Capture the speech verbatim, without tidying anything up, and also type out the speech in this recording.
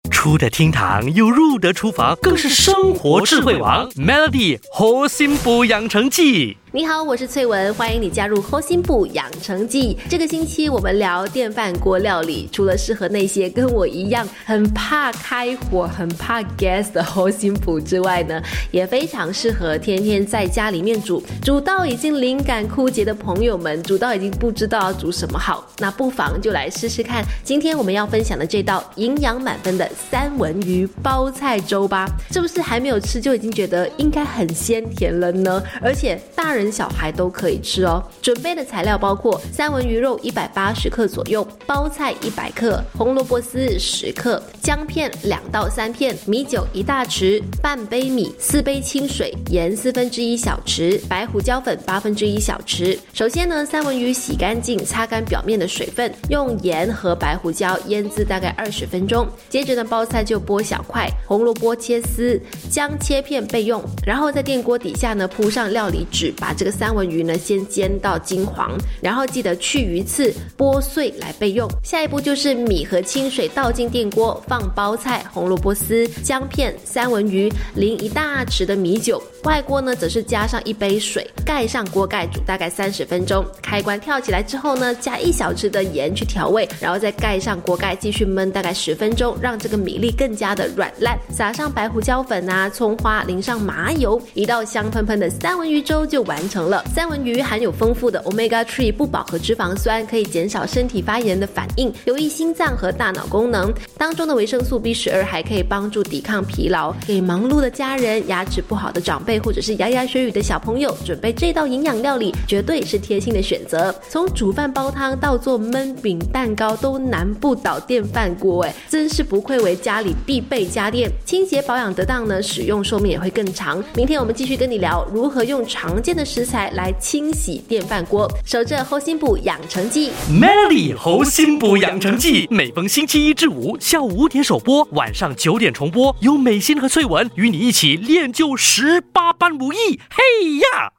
出得厅堂又入得厨房，更是生活智慧王。Melody 好心补养成记。 你好，我是翠文，欢迎你加入后心部养成记。这个星期我们聊电饭锅料理，除了适合那些跟我一样很怕开火、很怕 gas 的后心部之外呢，也非常适合天天在家里面煮，煮到已经灵感枯竭的朋友们，煮到已经不知道要煮什么好，那不妨就来试试看今天我们要分享的这道营养满分的三文鱼包菜粥吧。是不是还没有吃就已经觉得应该很鲜甜了呢？而且大人小孩都可以吃哦。准备的材料包括三文鱼肉一百八十克左右，包菜一百克，红萝卜丝十克，姜片两到三片，米酒一大匙，半杯米，四杯清水，盐四分之一小匙，白胡椒粉八分之一小匙。首先呢，三文鱼洗干净，擦干表面的水分，用盐和白胡椒腌制大概二十分钟。接着呢，包菜就剥小块，红萝卜切丝，姜切片备用。然后在电锅底下呢，铺上料理纸，把这个三文鱼呢先煎到金黄，然后记得去鱼刺，剥碎来备用。下一步就是米和清水倒进电锅，放包菜、红萝卜丝、姜片、三文鱼，淋一大匙的米酒。外锅呢则是加上一杯水，盖上锅盖煮大概三十分钟。开关跳起来之后呢，加一小匙的盐去调味，然后再盖上锅盖继续焖大概十分钟，让这个米粒更加的软烂。撒上白胡椒粉啊、葱花，淋上麻油，一道香喷喷的三文鱼粥就完成了。三文鱼含有丰富的 omega 三 不饱和脂肪酸，可以减少身体发炎的反应，有益心脏和大脑功能。当中的维生素 B 十二 还可以帮助抵抗疲劳，给忙碌的家人、牙齿不好的长辈或者是牙牙学语的小朋友准备这道营养料理，绝对是贴心的选择。从煮饭煲汤到做焖饼蛋糕，都难不倒电饭锅，哎，真是不愧为家里必备家电。清洁保养得当呢，使用寿命也会更长。明天我们继续跟你聊如何用常见的食材来清洗电饭锅。守着后心部养成记 Melody 后心部养成记，每逢星期一至五下午五点首播，晚上九点重播，由美心和翠文与你一起练就十八般武艺。嘿呀！